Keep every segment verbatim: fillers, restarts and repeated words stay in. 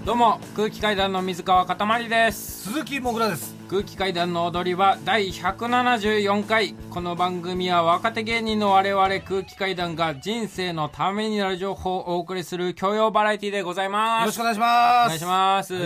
どうも空気階段の水川かたまりです。 鈴木もぐらです。 空気階段の踊りはだいひゃくななじゅうよんかい。この番組は若手芸人の我々空気階段が人生のためになる情報をお送りする教養バラエティでございます。 よろしくお願いします。 お願いします、 はい、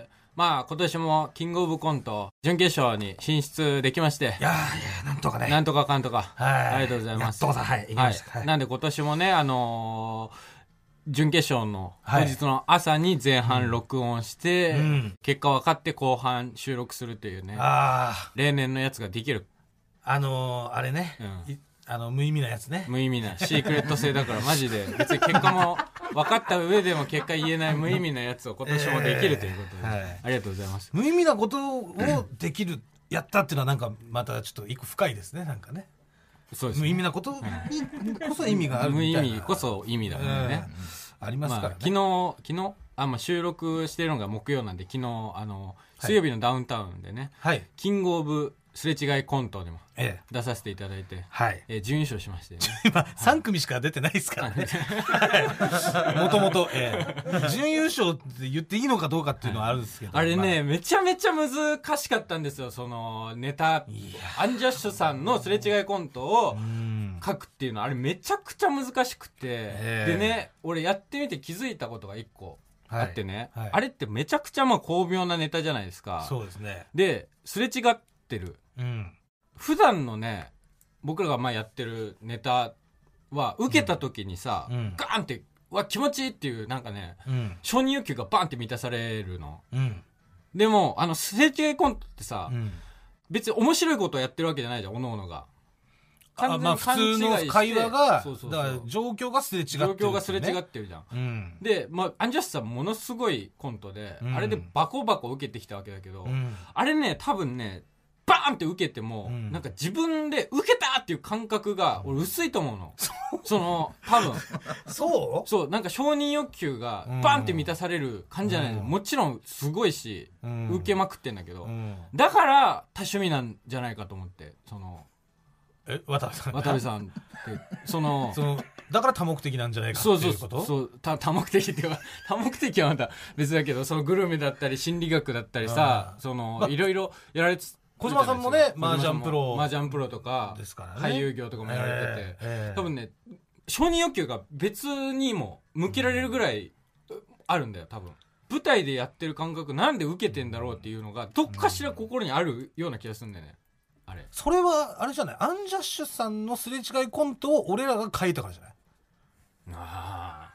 まあ今年もキングオブコント準決勝に進出できまして、 いやいやなんとかね、 なんとかかんとか、 はい、 ありがとうございます。 やっとか、はい、行きました、 はい、なんで今年もね、あのー準決勝の当日の朝に前半録音して、はい、うん、結果分かって後半収録するというね、あ例年のやつができる。 あのー、あれね、うん、あの無意味なやつね、 無意味なシークレット制だからマジで別に結果も分かった上でも結果言えない無意味なやつを今年もできるということで、えーはい、ありがとうございます。 無意味なことをできるやったっていうのはなんかまたちょっと一個深いですね。なんかね、 そうですね、 無意味なことにこそ意味があるみたいな、 無意味こそ意味だからね、 ありますからね。 まあ、昨日昨日あ、まあ、収録してるのが木曜なんで、昨日あの水曜日のダウンタウンでね、はい、キングオブすれ違いコントにも出させていただいて、はい、えー、準優勝しまして、ね、 今さん組しか出てないですからねもともと準優勝って言っていいのかどうかっていうのはあるんですけど、 あれね、まあ、めちゃめちゃ難しかったんですよ。そのネタアンジャッシュさんのすれ違いコントを書くっていうのはあれめちゃくちゃ難しくて、でね、俺やってみて気づいたことが一個あってね、はいはい、あれってめちゃくちゃまあ巧妙なネタじゃないですか。 そうですね。 ですれ違ってる、うん、普段のね僕らがまあやってるネタは受けた時にさ、うん、ガーンってわ気持ちいいっていうなんかね、うん、承認欲求がバンって満たされるの、うん、でもあのすれ違いコントってさ、うん、別に面白いことをやってるわけじゃないじゃん、おのおのが。 あ、まあ普通の会話が、そうそうそう、だから状況がすれ違ってる、ね、 状況がすれ違ってるじゃん、うん、で、まあ、アンジャッシュさんものすごいコントで、うん、あれでバコバコ受けてきたわけだけど、うん、あれね多分ねバーンって受けても、うん、なんか自分で受けたっていう感覚が俺薄いと思うの、うん、その多分そうそうなんか承認欲求がバーンって満たされる感じじゃない、うん、もちろんすごいし、うん、受けまくってんだけど、うん、だから多趣味なんじゃないかと思って、そのえ渡部さん渡部さんってそのそのだから多目的なんじゃないかっていうこと。 そうそうそうた多目的っていうか多目的はまた別だけど、そのグルメだったり心理学だったりさ、その、まあ、いろいろやられて小島さんもね麻雀プロ麻雀プロとかですから、ね、俳優業とかもやられてて、えーえー、多分ね承認欲求が別にも向けられるぐらいあるんだよ多分。舞台でやってる感覚なんで受けてんだろうっていうのがどっかしら心にあるような気がするんだよね。あれそれはあれじゃない、アンジャッシュさんのすれ違いコントを俺らが書いたからじゃない。あ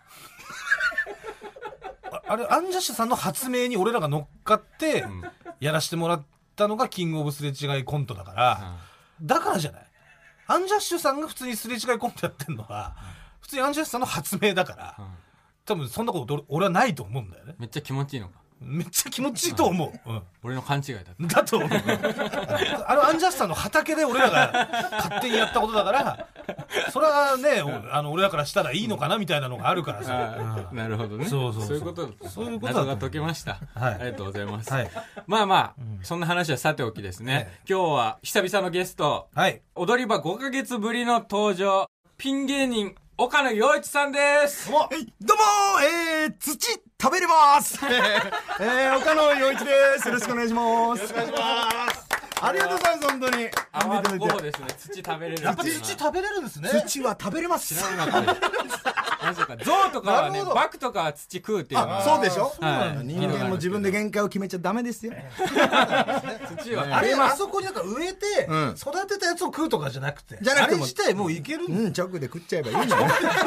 ああれアンジャッシュさんの発明に俺らが乗っかってやらせてもらったのがキングオブすれ違いコントだから、うん、だからじゃない。アンジャッシュさんが普通にすれ違いコントやってんのは、うん、普通にアンジャッシュさんの発明だから、うん、多分そんなこと俺はないと思うんだよね。 めっちゃ気持ちいいのか。 めっちゃ気持ちいいと思う、うん、 俺の勘違いだっただと思うあのアンジャッシュさんの畑で俺らが勝手にやったことだから、それはねあの俺らからしたらいいのかなみたいなのがあるからさ、 うん、なるほどね。そうそうそう、そういうことだった。 そういうこと謎が解けました、はい、ありがとうございます、はい、まあまあ、うん、そんな話はさておきですね、はい、今日は久々のゲスト、はい、踊り場ごかげつぶりの登場、ピン芸人岡野陽一さんです。 どうも、どうもえー、土食べれますえー、岡野陽一です。よろしくお願いします。 よろしくお願いします。 ありがとうございます。本当にあわる候補ですね。土食べれる。 やっぱ土食べれるんですね。 土は食べれます。 知らなかったなぜか象とかはね、バクとかは土食うっていうのは。 そうでしょ、はい、人間も自分で限界を決めちゃダメですよ土はあれあそこになんか植えて、うん、育てたやつを食うとかじゃなくて、じゃなくてもあれ自体もういけるんだ、 うん、直で食っちゃえばいいんだよ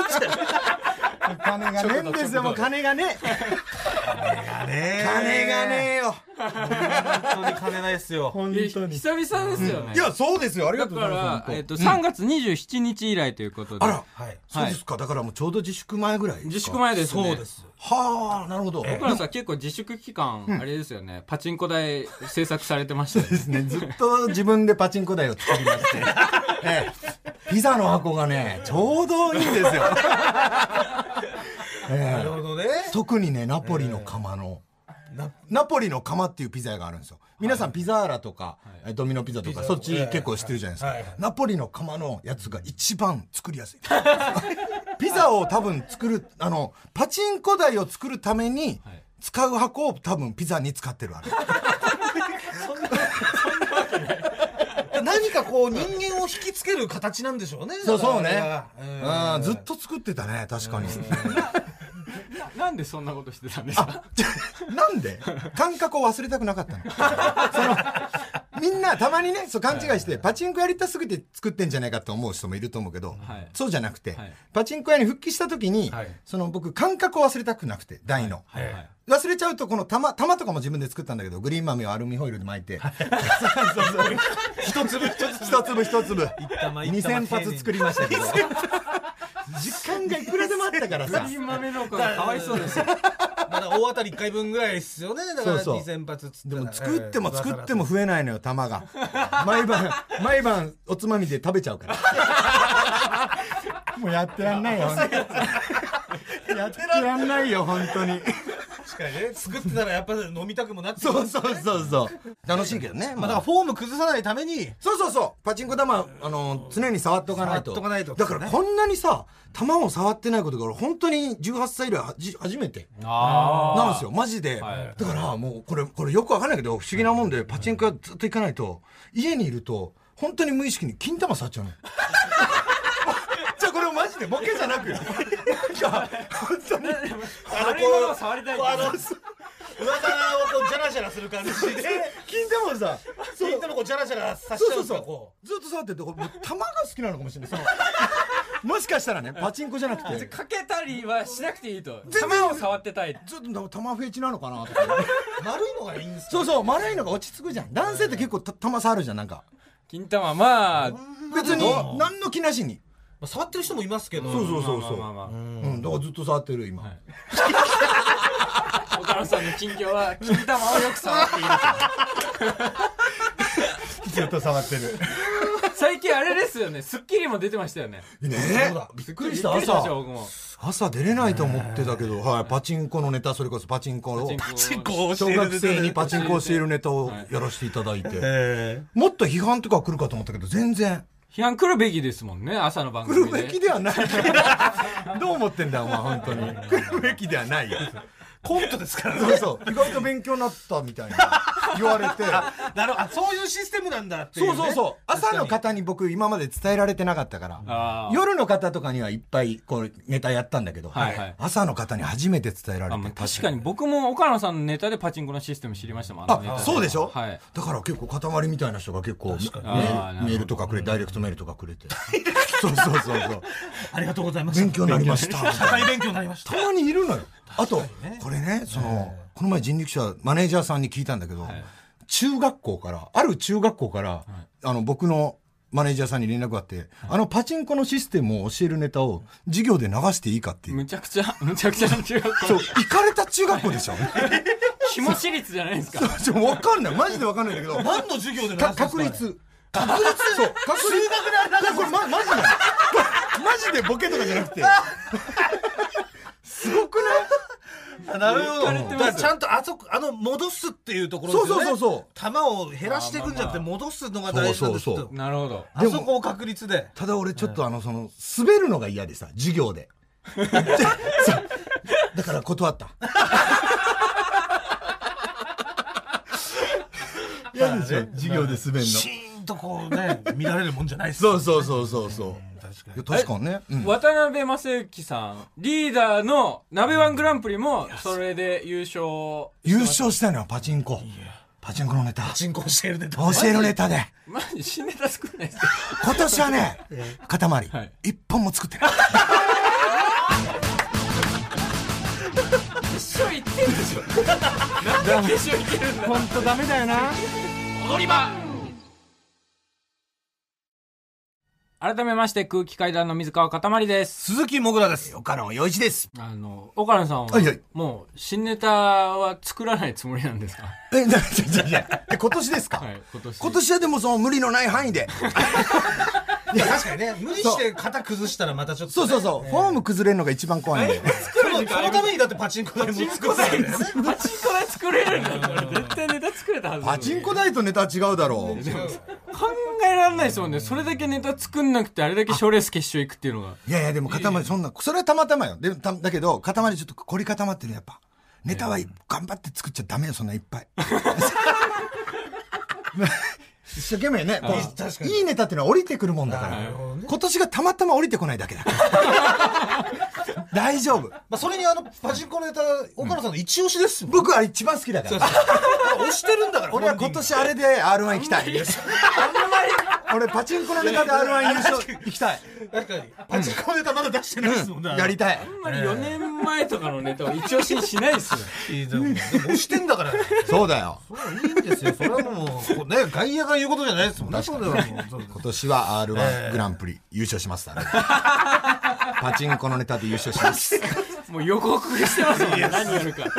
金がねえんですよ、もう金がね金がね金がねえよ本当に金ないですよ。 本当に久々ですよね、 うん、いやそうですよ、ありがとうございます。 だから、えー、とさんがつにじゅうしちにち以来ということで、 あら、はい、そうですか。だからもうちょうど自粛前ぐらいですか。 自粛前ですね。 そうです。はあ、なるほど。 僕らさ結構自粛期間、うん、あれですよね、パチンコ台制作されてましたよね。 そうですね、ずっと自分でパチンコ台を作りまして、ええ、ピザの箱がねちょうどいいんですよええ、 なるほどね。 特にねナポリの窯の、えー、ナ, ナポリの窯っていうピザ屋があるんですよ。皆さんピザーラとか、はい、ドミノピザとかそっち結構知ってるじゃないですか、はいはい、ナポリの窯のやつが一番作りやすいピザを多分作るあのパチンコ台を作るために使う箱を多分ピザに使ってるあれそんなそんなわけない何かこう人間を引きつける形なんでしょうね。 そうそうね、 うん、 ずっと作ってたね確かにな, なんでそんなことしてたんですかなんで感覚を忘れたくなかったのそのみんなたまにねそう勘違いしてパチンコやりたすぎて作ってんじゃないかと思う人もいると思うけど、はい、そうじゃなくて、はい、パチンコ屋に復帰した時に、はい、その僕感覚を忘れたくなくて大の、はいはいはい、忘れちゃうとこの玉玉とかも自分で作ったんだけどグリーン豆をアルミホイルで巻いて一粒一粒一粒にせん発作りましたけど時間がいくらでもあったからさグリーン豆の子がかわいそうですよまだ大当たりいっかいぶんぐらいですよね。だからにせん発つったらでも作っても作っても増えないのよ玉が毎晩毎晩おつまみで食べちゃうからもうやってらんないよやってらんないよ本当に確かにね作ってたらやっぱ飲みたくもなってそうそうそうそう楽しいけどね、 まあ、だからフォーム崩さないためにそうそうそうパチンコ玉あの常に触っておかないと触っとかないと、ね、 だからこんなにさ玉を触ってないことが本当にじゅうはっさい以来はじ初めてなんですよマジで、はい、だからもうこれこれよくわかんないけど不思議なもんでパチンコ屋ずっと行かないと家にいると本当に無意識に金玉触っちゃうのじゃあこれマジでボケじゃなくなんか本当にあのこう触りたいってあの上皿をこうジャラジャラする感じで金玉をさ金玉をこうジャラジャラさせちゃうんですか。こうずっと触ってて玉が好きなのかもしれないそのもしかしたらねパチンコじゃなくてかけたりはしなくていいと玉を触ってたいずっと玉フェチなのかなとか丸いのがいいんですか。 そうそう丸いのが落ち着くじゃん男性って結構玉触るじゃんなんか金玉まあ別に何の気なしに触ってる人もいますけどそうそうそうそう、まあまあまあうん、だからずっと触ってる今、はい、 岡野さんの近況は金玉をよく触っているずっと触ってる最近あれですよねスッキリも出てましたよねねえびっくりした朝朝出れないと思ってたけど、はい、パチンコのネタそれこそパチンコを小学生にパチンコを教えるネタをやらせていただいてもっと批判とか来るかと思ったけど全然批判来るべきですもんね朝の番組で来るべきではないどう思ってんだよお前本当に来るべきではないよコントですからね。 そうそう意外と勉強になったみたいな言われてなるほどそういうシステムなんだっていう、ね、 そうそうそう朝の方に僕今まで伝えられてなかったから夜の方とかにはいっぱいこうネタやったんだけど、はいはい、朝の方に初めて伝えられて確かに僕も岡野さんのネタでパチンコのシステム知りましたもんああそうでしょ、 はい、 だから結構塊みたいな人が結構、ね、メールとかくれダイレクトメールとかくれてそうそうそうそうありがとうございました勉強になりました社会勉強になりましたたまにいるのよあとこれねそのこの前人力車マネージャーさんに聞いたんだけど、はい、中学校からある中学校から、はい、あの僕のマネージャーさんに連絡があって、はい、あのパチンコのシステムを教えるネタを授業で流していいかっていうむちゃくちゃむちゃくちゃな中学校そう行かれた中学校でしょひも私立じゃないですかそう分かんないマジで分かんないんだけど何の授業で流すんですか確率確率そう確率数学でこれ、ま、マジでマジでボケとかじゃなくてすごくないなるほどだからちゃんとあそこあの戻すっていうところですよね。 そうそうそうそう球を減らしていくんじゃなくて戻すのが大事なんですよ。 なるほどあそこを確率でただ俺ちょっとあのその滑るのが嫌でさ授業でだから断った嫌でしょ授業で滑るのシーンとこうね見られるもんじゃないですそうそうそうそうそう確かに確かにね、 うん、渡辺正行さんリーダーの鍋ワングランプリもそれで優勝優勝したのよパチンコパチンコのネタパチンコ教えるネタ教えるネタでマジ新ネタ作んないですか今年はね塊、はい、一本も作ってない決勝行ってるでしょなんで決勝行けるんだ本当ダメだよな踊り場改めまして空気階段の水川かたまりです。 鈴木もぐらです。 岡野陽一です。 あの岡野さんは、はいはい、もう新ネタは作らないつもりなんですか？ え、じゃじゃじゃえ今年ですか？はい、今年。今年はでもその無理のない範囲で。 いや確かにね無理して型崩したらまたちょっと、 ね、そうそうそう、えー、フォーム崩れるのが一番怖いんで。 そのためにだってパチンコ台も作ってるんだよね。 パチンコ台作れるんだよ。絶対ネタ作れたはず。 パチンコ台とネタは違うだろう。 考えられないですもんね。それだけネタ作んなくてあれだけ賞レース決勝行くっていうのが。 いやいやでも塊そんなそれはたまたまよ。でただけど塊ちょっと凝り固まってるやっぱ。 ネタは頑張って作っちゃダメよ、そんないっぱい。一生懸命ね、こういいネタっていうのは降りてくるもんだから、今年がたまたま降りてこないだけだから大丈夫。 まあそれにあのパチンコのネタ、岡野さんの一押しです。 僕は一番好きだから。 押してるんだから。 俺は今年あれで アールワン 行きたい。俺パチンコのネタで アールワン 優勝行きたい。 確かにパチンコのネタまだ出してないですもんね。 やりたい。 あんまりよねんまえとかのネタを一押しにしないですよ。 でも押してんだから。 そうだよ。 そういいんですよ。それはもうね、外野が言うことじゃないですもんね。 今年は アールワン グランプリ優勝しますからね。パチンコのネタで優勝します。 もう予告してますもんね、何やるか。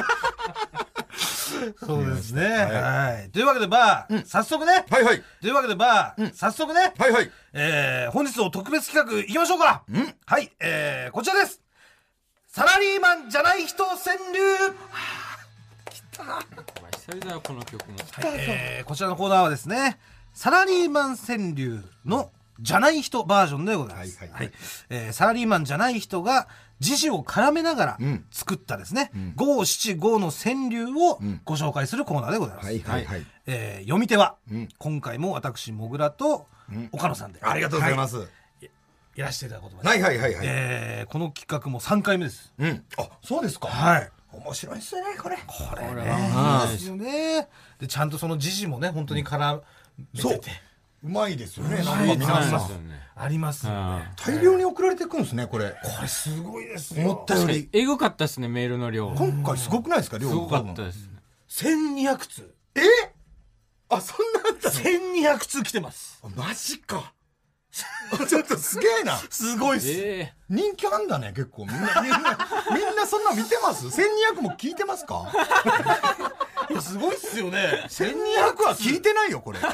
そうですね。はい。というわけで、まあ、早速ね。 はいはい。 というわけで、まあ、早速ね。 はいはい。 えー、本日の特別企画いきましょうか。はい。えー、こちらです。サラリーマンじゃない人川柳。 来た。久々だよ、この曲も。 えー、こちらのコーナーはですね、サラリーマン川柳のじゃない人バージョンでございます。はいはいはい。えー、サラリーマンじゃない人が時事を絡めながら作ったですね、五七五の川柳をご紹介するコーナーでございます。はいはいはい。えー、読み手は、今回も私もぐらと岡野さんで、 ありがとうございます。 やらせていただくことはいはいはいはい。 えー、この企画もさんかいめです。 うん。あ、そうですか。 はい。 面白いですよね、これ。 これね。いいですよね。で、ちゃんとその時事もね、本当に絡めてて。 うまいですよね。 なんか皆さんありますよね。 大量に送られてくるんですね、これ。 これすごいですよ。 思ったより。 エグかったですね、メールの量。 今回すごくないですか、量。 すごかったですね。 せんにひゃくつ。 え？あ、そんなあったの？ せんにひゃくつ来てます。 マジか。ちょっとすげえな。 すごいっす。 えー、人気あんだね、結構。みんな、みんな、みんなそんな見てます？ せんにひゃく も聞いてますか？ いや、すごいっすよね。 せんにひゃくは聞いてないよ、これ。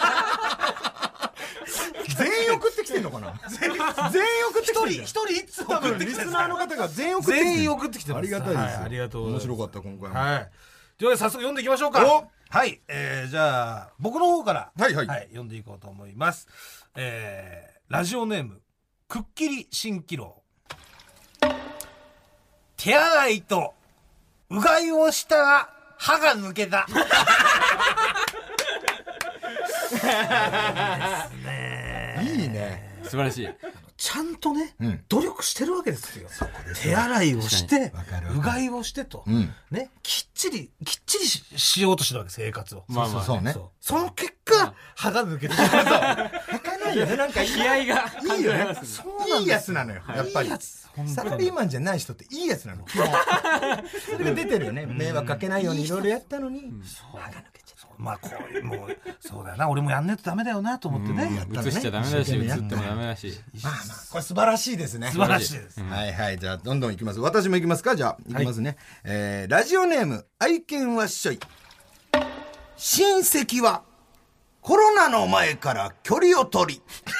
全員送ってきてんのかな？全員送ってきてる。 一人一通多分リスナーの方が全員送ってきてる。 全員送ってきてます。 ありがたいです。はい、 ありがとうございます。 面白かった、今回も。 はい。というわけで早速読んでいきましょうか。はい。えー、じゃあ、僕の方から、 はいはい。 はい、読んでいこうと思います。えー、ラジオネーム、くっきり蜃気楼。手洗いと、うがいをしたら、歯が抜けた。いいですね。 いいね。 素晴らしい。 ちゃんとね、うん、努力してるわけですよ。手洗いをして、うがいをしてと、うん、ね、きっちり、きっちり し, しようとしてるわけ、生活を。 まあまあ、そうね。 そうその結果、うん、歯が抜けてしまう。 儚いよね、なんか気合が。 いいよね。いいやつなのよ、やっぱり。サラリーマンじゃない人っていいやつなの。それが出てるよね。迷惑かけないようにいろいろやったのに、歯が抜けちゃう。 まあこういうもうそうだよな、俺もやんないとダメだよなと思ってね。 映しちゃダメだし、映ってもダメだし。 まあまあこれ素晴らしいですね。 素晴らしいです。 はいはい、じゃあどんどんいきます。私もいきますか。じゃあいきますね。えー、ラジオネーム愛犬はっしょい。親戚はコロナの前から距離を取り。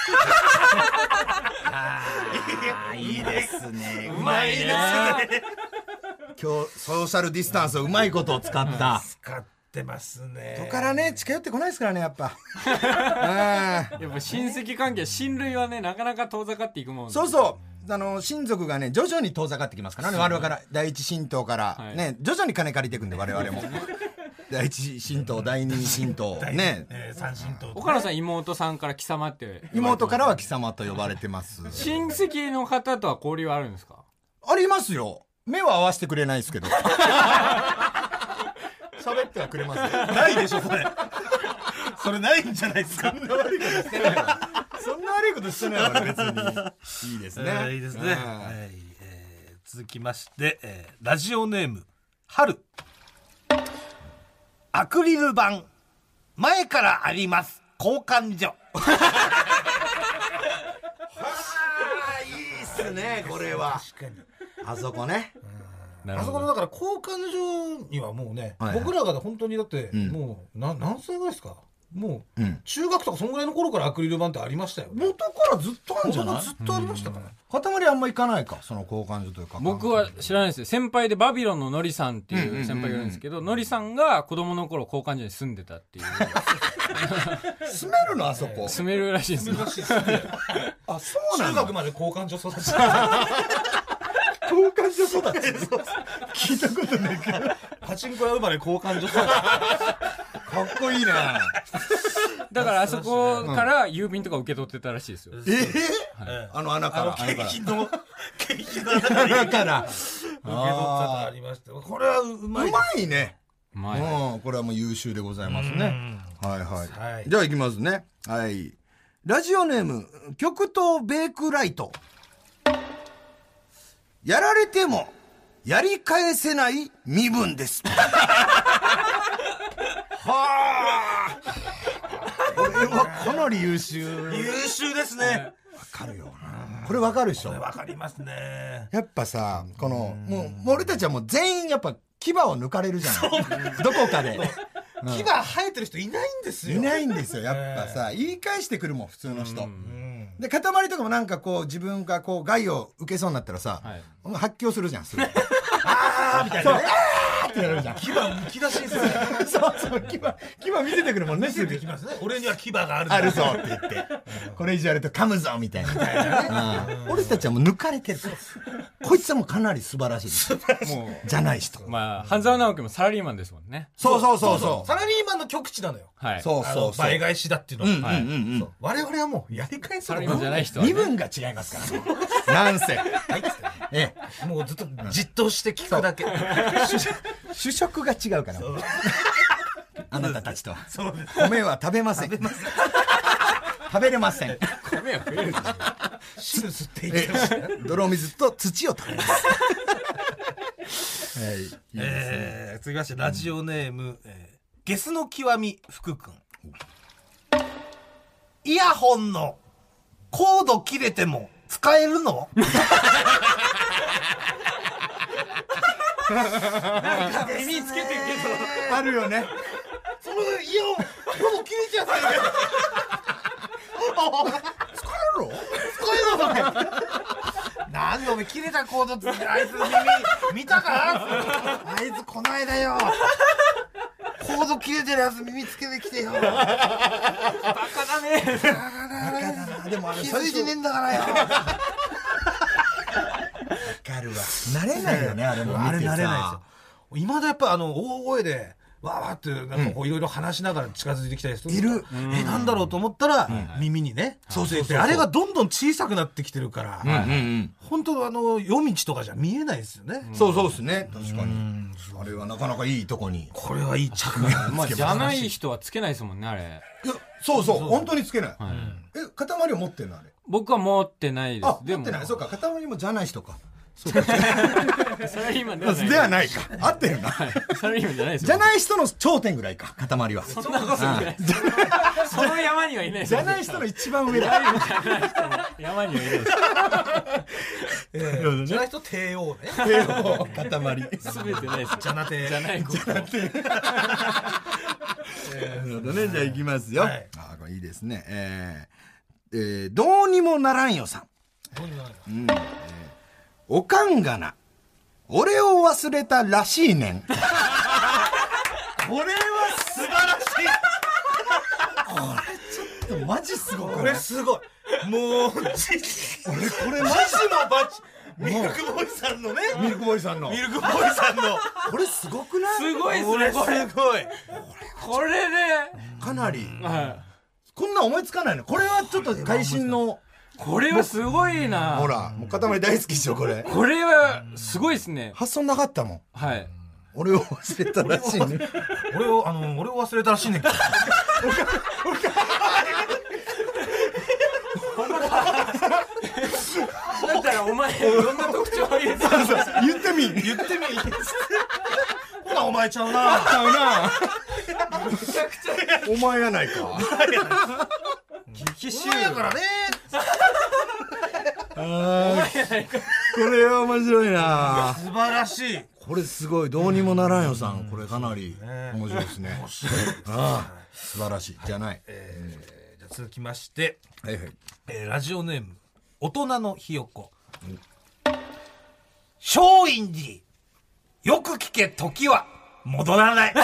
ああ、いいですね。うまいですね。今日ソーシャルディスタンスをうまいことを使った。 使ってますね。 人からね近寄ってこないですからね、やっぱ。 やっぱ親戚関係、親類はねなかなか遠ざかっていくもん。 そうそう。あの親族がね徐々に遠ざかってきますからね。我々から第一神道からね、はい、徐々に金借りていくんで我々も。第一神道、第二神道ね、 えー、三神道、ね、 岡野さん妹さんから貴様って妹からは貴様と呼ばれてます。 親戚の方とは交流はあるんですか？ ありますよ。目は合わせてくれないですけど。喋ってはくれますよ。 ないでしょそれ。それないんじゃないですか。 そんな悪いことしてないわ。そんな悪いことしてないわ別に。いいですね、 えー、いいですね、はい。えー、続きまして、えー、ラジオネーム春。アクリル板前からあります交換所。はあ、いいっすねこれは。確かにあそこね。 あそこのだから交換所にはもうね、はいはい、僕らが本当にだって、うん、もうな何歳ぐらいですか。もう、うん、中学とかそんぐらいの頃からアクリル板ってありましたよ、ね、 元からずっとあるんじゃない？ ずっとありましたから、ね、 塊あんま行かないか、その交換所というか。 僕は知らないですよ。先輩でバビロンのノリさんっていう先輩がいるんですけど、ノリさんが子供の頃交換所に住んでたっていう。 住めるのあそこ。 住めるらしいです。 あ、そうなんだ。中学まで交換所育ち。 交交換所育ち聞いたことないけどパチンコ屋生まれ交換所育ちかっこいいな。 だからあそこから郵便とか受け取ってたらしいですよ。 えーあの穴から景品の景品の穴から受け取ったのありました。これはうまい。 うまいね。 うまい。 うん、これはもう優秀でございますね。はいはい。 はい、 じゃあいきますね。はい。ラジオネーム、極東ベークライト。やられても、やり返せない身分です。はあ。これはかなり優秀。 優秀ですね。 わかるよな。これわかるでしょ。 これわかりますね。 やっぱさ、この、もう、もう俺たちはもう全員やっぱ牙を抜かれるじゃない。どこかで。 牙生えてる人いないんですよ。 いないんですよ。やっぱさ、言い返してくるもん、普通の人。 うんで、塊とかもなんかこう、自分がこう、害を受けそうになったらさ、 はい発狂するじゃん、すぐ。 あーみたいなね。 あーってやるじゃん。 牙むき出しにする。 そうそう、牙、牙見せてくるもんね、すぐ見せてき。ますね。俺には牙がある。 あるぞって言って。これ以上やると噛むぞみたいな。うん俺たちはもう抜かれてる。こいつはもうかなり素晴らしいです。 もじゃない人。 まあ、半沢直樹もサラリーマンですもんね。 そうそうそうそう。 サラリーマンの極致なのよ。 はい。 そうあのそうそう。 倍返しだっていうのは。 うんうんうんうんそう我々はもうやり返すのサラリーマンじゃない人はね。 身分が違いますからね。なんせ。 はいっつってええ。 もうずっとじっとして聞くだけ。 主食が違うから。あなたたちとは。 そうです。 米は食べません。食べれません。 米は増えるでしょ。 汁吸っていってほしいな。 泥水と土を食べます。はい。いいですね。 えー、続きましてラジオネーム、えーゲスの極み福君。イヤホンのコード切れても使えるの？ 耳つけてるけあるよね。 そのイヤホンコード切れちゃったよ。 使えるの？ 使えるの？なんでお前切れたコードつってあいつの耳見たか？あいつこないだよ。コード切れてるやつ耳つけてきてよ。 ど。バカだね。 でもあれ気づいてねえんだからよ。 わかるわ。慣れないよね、あれも見てさ。 あれ慣れないですよ。今だやっぱあの大声でわーわーってなんかこういろいろ話しながら近づいてきたりする。 いる。 え、なんだろうと思ったら耳にね。 そうそうそうそうであれがどんどん小さくなってきてるから、 うんうんうん。 本当あの夜道とかじゃ見えないですよね。 そうそうですね。確かに。あれはなかなかいいとこに。 これはいい着眼。 まあ、じゃない人はつけないですもんね、あれ。 いや、そうそう、本当につけない。 はい。 え、塊を持ってんのあれ。 僕は持ってないです。 あ、持ってない。そうか、塊もじゃない人か。そうか。 サラリーマンではない。 ではないか。合ってるな。 サラリーマンじゃないですよ。 じゃない人の頂点ぐらいか、塊は。 そんなことない。その山にはいないですよ。 じゃない人の一番上だ。 山にはいないです。 じゃない人帝王ね。 帝王、塊。 すべてないです。 じゃなて。 じゃないこと。 なるほどね。じゃあ行きますよ。 はいあ、これいいですね。えー、えー、どうにもならんよさん。うん。えーおかんがな。俺を忘れたらしいねん。 これは素晴らしい。 マジすごくこないれすごい。もう、俺これマジのバチ。ミルクボーイさんのね。 ミルクボーイさんの。 ミルクボーイさんの。 これすごくないすごいですこれね、これ。 すごい。 これで、 かなり。 はこんな思いつかないの。これはちょっと会心の。 い。これはすごいな。 ほら、もう塊大好きでしょ、これ。 これは、すごいですね。 発想なかったもん。 はい。 俺を忘れたらしいね。 俺を、あの、俺を忘れたらしいねんけど。 だったらお前、どんな特徴を入れてたの？ 言ってみ。 言ってみ。ほな、お前ちゃうな。 ちゃうな。 めちゃくちゃ。 お前やないか。 激お前やからね。 あーこれは面白いな。 素晴らしい。 これすごい。どうにもならんよさん。これかなり面白いですね。 面白い。 ああ、素晴らしい。じゃない。 えーじゃあ続きまして、 はいはい。 えーラジオネーム、大人のひよこ。松陰寺、よく聞け時は戻らない。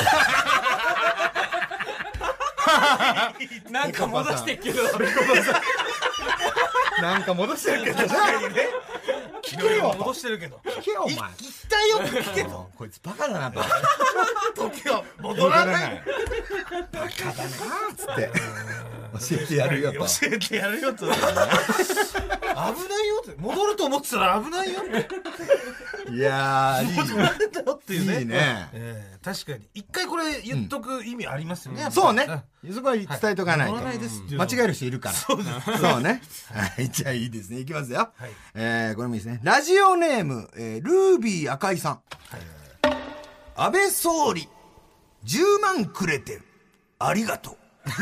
なんか戻してっけど。 なんか戻してるけどな。 聞けよ戻してるけど聞けよお前言ったよって聞けとこいつバカだなと時は戻らないバカだなっつって教えてやるよと教えてやるよと危ないよって戻ると思ってたら危ないよっていやーいい戻られたよっていうねいいね、 えー、確かに一回これ言っとく意味ありますよね、うん、 そうねそこは伝えとかないと、 はい、ないですっていう間違える人いるからそうですそうねはいじゃあいいですねいきますよ、はい、えー、これもいいですねラジオネーム、えー、ルービー赤井さん、はい、安倍総理じゅうまんくれてるありがと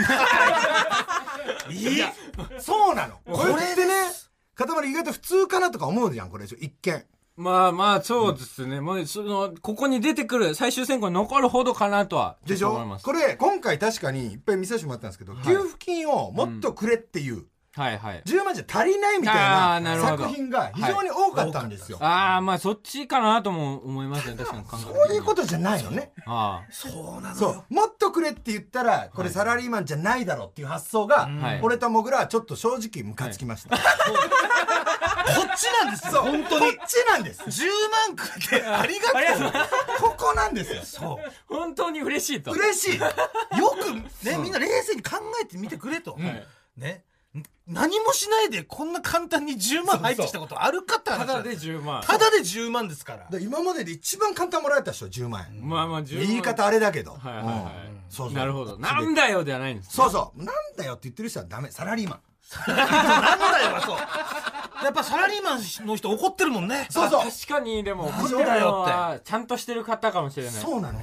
ういやそうなのこれってね塊意外と普通かなとか思うじゃんこれ一見まあまあそうですね、うん、もうそのここに出てくる最終選考に残るほどかなとはでしょこれ今回確かにいっぱい見させてもらったんですけど、はい、給付金をもっとくれっていう、うんはいはい、じゅうまんじゃ足りないみたいな作品が非常に多かったんですよ、 はい、ああまあそっちかなとも思いますね確かに感覚的にそういうことじゃないのねああそうなのよそうもっとくれって言ったらこれサラリーマンじゃないだろうっていう発想が、はい、俺ともぐらはちょっと正直ムカつきました、はいこっちなんですよ本当にこっちなんですじゅうまんくれてありがとうここなんですよそう本当に嬉しいと嬉しいよくねみんな冷静に考えてみてくれと、うん、ね何もしないでこんな簡単にじゅうまん入ってきたことあるかって話。 ただでじゅうまんただでじゅうまんですから。 ら今までで一番簡単もらえた人じゅうまん円、 まあまあじゅうまん言い方あれだけど、 はいはいはい、うん、 そうそうなるほどなんだよではないんです、ね、 そうそうなんだよって言ってる人はダメサラリーマンなんだよはそうやっぱサラリーマンの人怒ってるもんね。 そうそう確かにでも怒ってるのはちゃんとしてる方かもしれない。 そうなの、うん、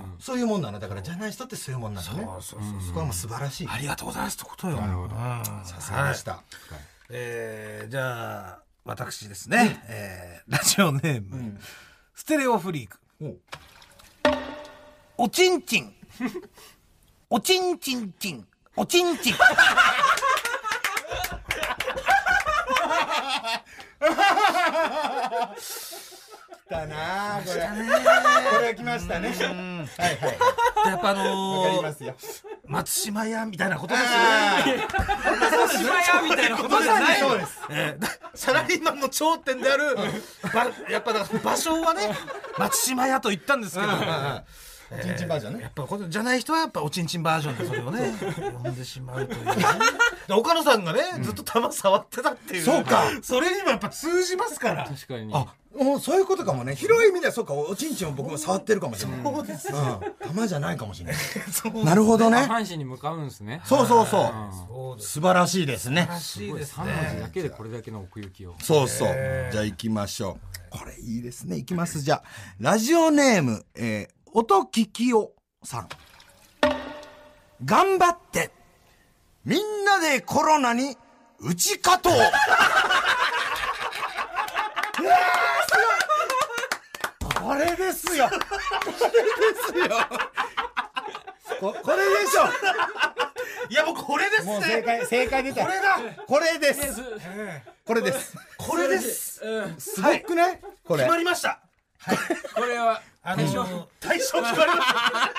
そういうもんなのだからじゃない人ってそういうもんなのね。そうそうそう、うん、そこはもう素晴らしい。 ありがとうございますってことよ。 なるほど、さすがでした、はい、 えー、じゃあ私ですね、うん、えー、ラジオネーム、うん、ステレオフリーク、おちんちんおちんちんちんおちんちんだなあこれこれは来ましたね。はいはいやっぱあのー、 わかりますよ松島屋みたいなことですよね。 松島屋みたいなことじゃない。 そうです、えー、サラリーマンの頂点であるやっぱだから場所はね松島屋と言ったんですけどおちんちんバージョンね。 やっぱじゃない人はやっぱおちんちんバージョンでそれをね呼んでしまうという、ね、岡野さんがね、うん、ずっと球触ってたっていう。 そうかそれにもやっぱ通じますから。 確かに。 あもうそういうことかもね。広い意味ではそうかおちんちんを僕も触ってるかもしれない。 そうですよ、 うん、球じゃないかもしれないなるほどね。 下半身に向かうんですね。 そうそうそう、 そうです。 素晴らしいですね。 素晴らしいですね。 さん文字だけでこれだけの奥行きを。 そうそう。じゃあ行きましょう。これいいですね。行きますじゃあラジオネーム、えー、音聞きおさん。頑張ってみんなでコロナに打ち勝とう。これですよこれですよこ, これでしょ。 いやもうこれですね。 もう正解正解出た。 これだこれですこれですこれです。 すごくない、これ決まりました。 はい、これは対象対象決まりました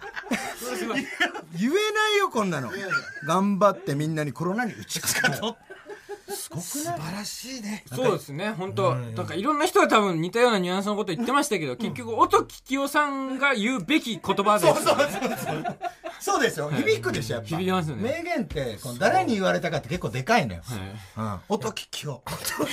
言えないよこんなの。頑張ってみんなにコロナに打ち勝とう。すごくない？ 素晴らしいね。 そうですね本当なんかいろんな人が多分似たようなニュアンスのこと言ってましたけど、結局音聞きおさんが言うべき言葉ですよね。 そうそうそうそうですよ。響くでしょやっぱ。 響きますよね。 名言ってこの誰に言われたかって結構でかいのよ、はいうん、音聞きお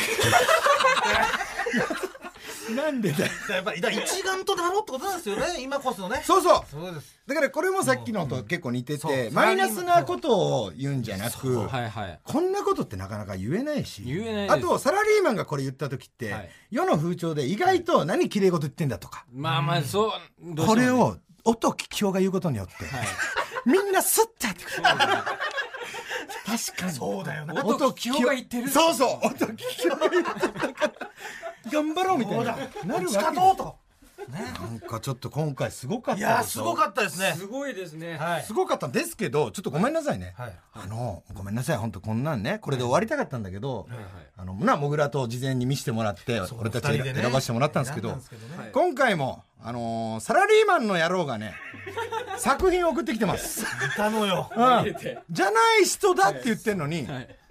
なんでだよ。 やっぱり一丸となろうってことなんですよね今こそね。 そうそう。 そうです。 だからこれもさっきのと結構似てて、うん、マイナスなことを言うんじゃなく、 はいはい、 こんなことってなかなか言えないし、 言えないです。 あとサラリーマンがこれ言った時って、はい、世の風潮で意外と何綺麗事言ってんだとか、 まあまあそう、 うん、これを音聞きおが言うことによって、はい、みんなスッてやってくる。確かにそうだよな。 音聞きおが言ってる。 そうそう音聞きおが言ってるから頑張ろうみたいななるわけとうと、 ね、なんかちょっと今回すごかった。 いやすごかったですね。 すごいですね、 はい、すごかったんですけどちょっとごめんなさいね、はい、あのごめんなさい本当こんなんねこれで終わりたかったんだけど、はいはい、あのなもぐらと事前に見せてもらって俺たち選ばせてもらったんですけど、ね、今回もあのー、サラリーマンの野郎がね作品を送ってきてます。 いたのよ、 うん、じゃない人だって言ってんのに、はいはい、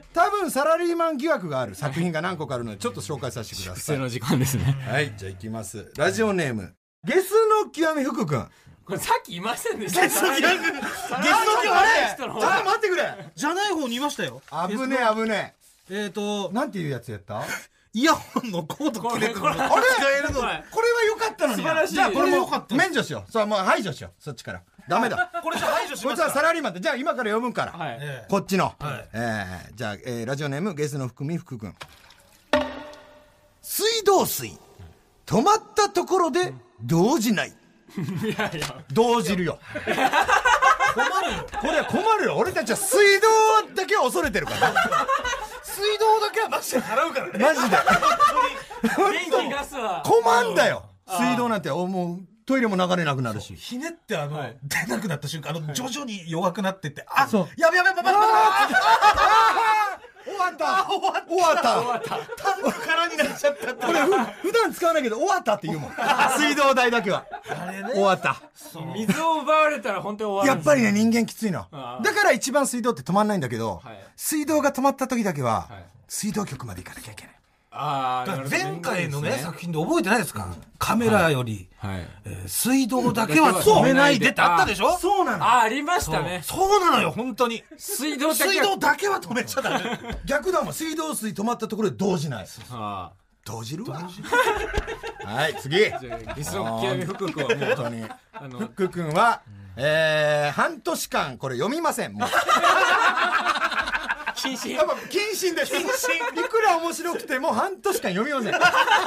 多分サラリーマン疑惑がある作品が何個かあるのでちょっと紹介させてください。 癖の時間ですね。 はいじゃあいきます。ラジオネームゲスの極み福くん。 これさっきいませんでした。 ゲスの極みゲスの極みあれちょっと待ってくれ。 じゃない方にいましたよ。 危ねえ危ねええーとなんていうやつやった？ イヤホンのコード切れてるのあれ使えるの。 これは良かったのに。 素晴らしい。 じゃあこれも良かった免除しよう。そうもう排除しようそっちから。ダメだ。 これじゃ排除しました。 こいつはサラリーマンでじゃあ今から読むから。 はい。 こっちの。 はい。 えーじゃあえーラジオネームゲスの福見福くん。水道水止まったところで動じない。 いやいや動じるよ。 困るよ。 これは困るよ。俺たちは水道だけは恐れてるから水道だけはマジで払うからね。 マジで電気ガスは困んだよ。水道なんておもうトイレも流れなくなるし。 ひねってあの、 はい出なくなった瞬間あの徐々に弱くなってってあそうやべやべやべやべやべ終わった終わった終わったタンク空になっちゃったってこれふ普段使わないけど終わったって言うもん水道代だけはあれね終わった。 水を奪われたら本当に終わるんですよ。 やっぱりね人間きついのあーだから一番水道って止まんないんだけど、 はい水道が止まった時だけは、 はい水道局まで行かなきゃいけない。 ああ前回のね作品で覚えてないですか、カメラより、 はいえー水道だけは止めないでってあったでしょ。 そうなの。 あありましたね。 そうなのよ本当に。 水道だけ水道だけは止めちゃダメ。 逆だもん。水道水止まったところで動じない。 あ動じるわ。はい次。 あじゃあゲスの極み福君はもう本当にあの福君は、えー、半年間これ読みません。もう謹慎やっぱ謹慎です。謹慎。いくら面白くても半年間読みません。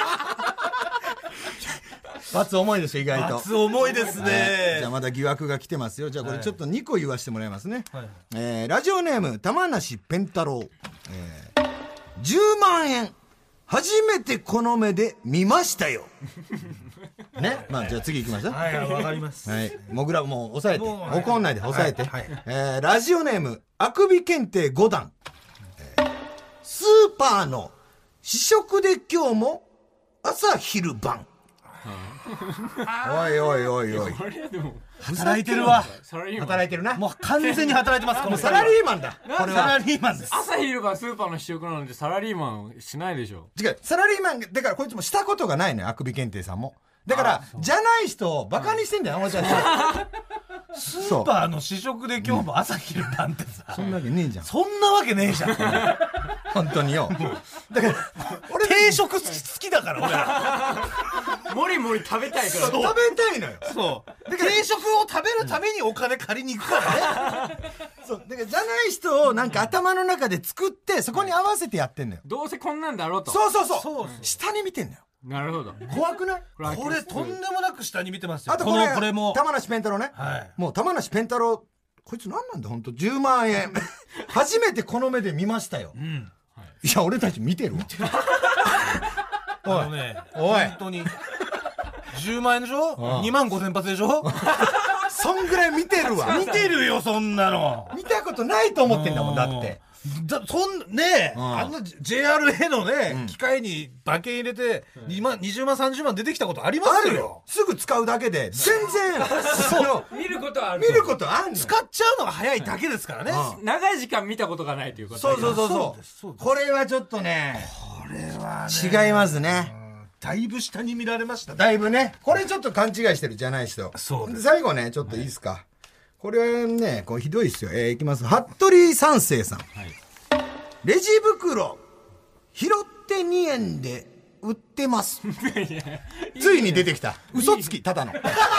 罰重いですよ意外と。 熱重いですはいね。 じゃあまだ疑惑が来てますよ。じゃあこれちょっとにこ言わせてもらいますね、 はいえーラジオネーム玉梨ペンタロウ、えー、じゅうまんえん初めてこの目で見ましたよね。まあじゃあ次行きましょう。 はいはいわかります。 はい、もぐらもう抑えて、 もう怒んないで抑えて、 はいはいえーラジオネームあくび検定ご段、えースーパーの試食で今日も朝昼晩おいおいおいおいこれでも働いてるわ。 サラリーマン働いてるな。 もう完全に働いてます。このサラリーマンだこれサラは。 リーマンです。 朝昼晩スーパーの試食なのでサラリーマンしないでしょ。 違うサラリーマンだからこいつもしたことがないのよあくび検定さんも。だからじゃない人をバカにしてんだよ、あの人たちスーパーの試食で今日も朝昼晩ってさ、 そんなわけねえじゃんそんなわけねえじゃん。 本当によ。だから俺定食好きだから俺ら。 もりもり食べたいから食べたいのよ。 そうだから定食を食べるためにお金借りに行くからね。 そうだからじゃない人をなんか頭の中で作ってそこに合わせてやってんのよ。 どうせこんなんだろうと。 そうそうそうそう下に見てんのよ。 なるほど。 怖くない？ はこれとんでもなく下に見てますよ。 あとこれのこれも玉梨ペンタロウね、 はいもう玉梨ペンタロウこいつ何なんだ本当じゅうまんえん初めてこの目で見ましたよ、 うんいや俺たち見てるわあのねおい本当にじゅうまんえんでしょ、 うんにまんごせん発でしょ。 そんぐらい見てるわ見てるよそんなの。 見たことないと思ってんだもんだってだそんねえ、 うんあんな ジェイアールエー のね、 うん機械に馬券入れてにまんにじゅうまんさんじゅうまん出てきたことありまあすよ。 るよすぐ使うだけで全然そう見ることはある。 見ることあんのよ使っちゃうのが早いだけですからね。 うん長い時間見たことがないということ。 そうそうそうそうそですそうですうこれはちょっとねこれはね違いますねだいぶ下に見られましたね。 だいぶねこれちょっと勘違いしてるじゃない人そうです最後ねちょっといいですか、これねこれひどいっすよ、えー、いきます服部三世さん、 はい。 レジ袋拾ってにえんで売ってますついに出てきた嘘つきただの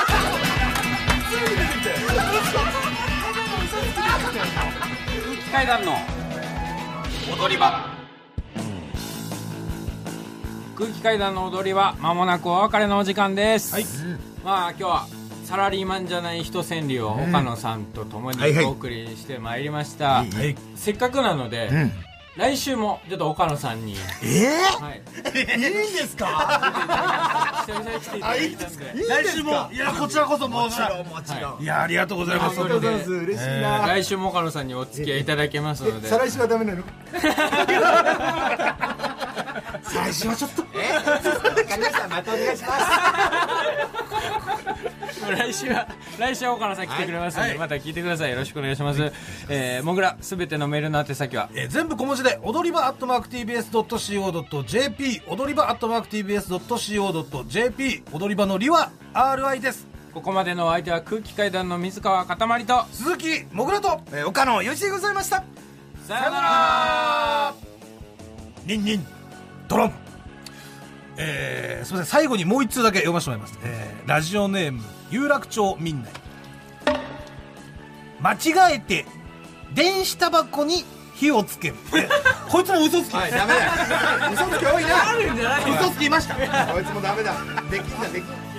階段の踊り場。空気階段の踊りは間もなくお別れのお時間です、はい、まあ今日はサラリーマンじゃない人川柳を岡野さんと共にはいはいお送りしてまいりました、 いいはいせっかくなので、 うん来週もちょっと岡野さんに、 えー、 はい、 いいんですか久々に来ていただいたんで、 いいんです来週もかいやこちらこそもうもちろんもちろん、 いやありがとうございます。 ありがとうございます嬉しいな、 来週も岡野さんにお付き合いいただけますので、 再来週はダメなの最初はちょっとえわかりましたまたお願いしますこれ来週は来週は岡野さん来てくれますので、はい、また聞いてください。よろしくお願いします。はい、えー、もぐらすべてのメールの宛先は、 えー、全部小文字で踊り場アットマーク ティービーエスドットシーオードットジェーピー 踊り場アットマーク ティービーエスドットシーオードットジェーピー 踊り場のりは アールアイ です。 ここまでのお相手は空気階段の水川かたまりと鈴木もぐらと、 えー、岡野よしでございました。 さよなら。 ニンニンドロン。えー、すみません、最後にもう一通だけ読ませてもらいます。えー、ラジオネーム有楽町みんな間違えて電子タバコに火をつけるこいつも嘘つき、 はい、ダメだ嘘つき多いな。 あるんじゃない嘘つきいましたこいつもダメだ。できんだできん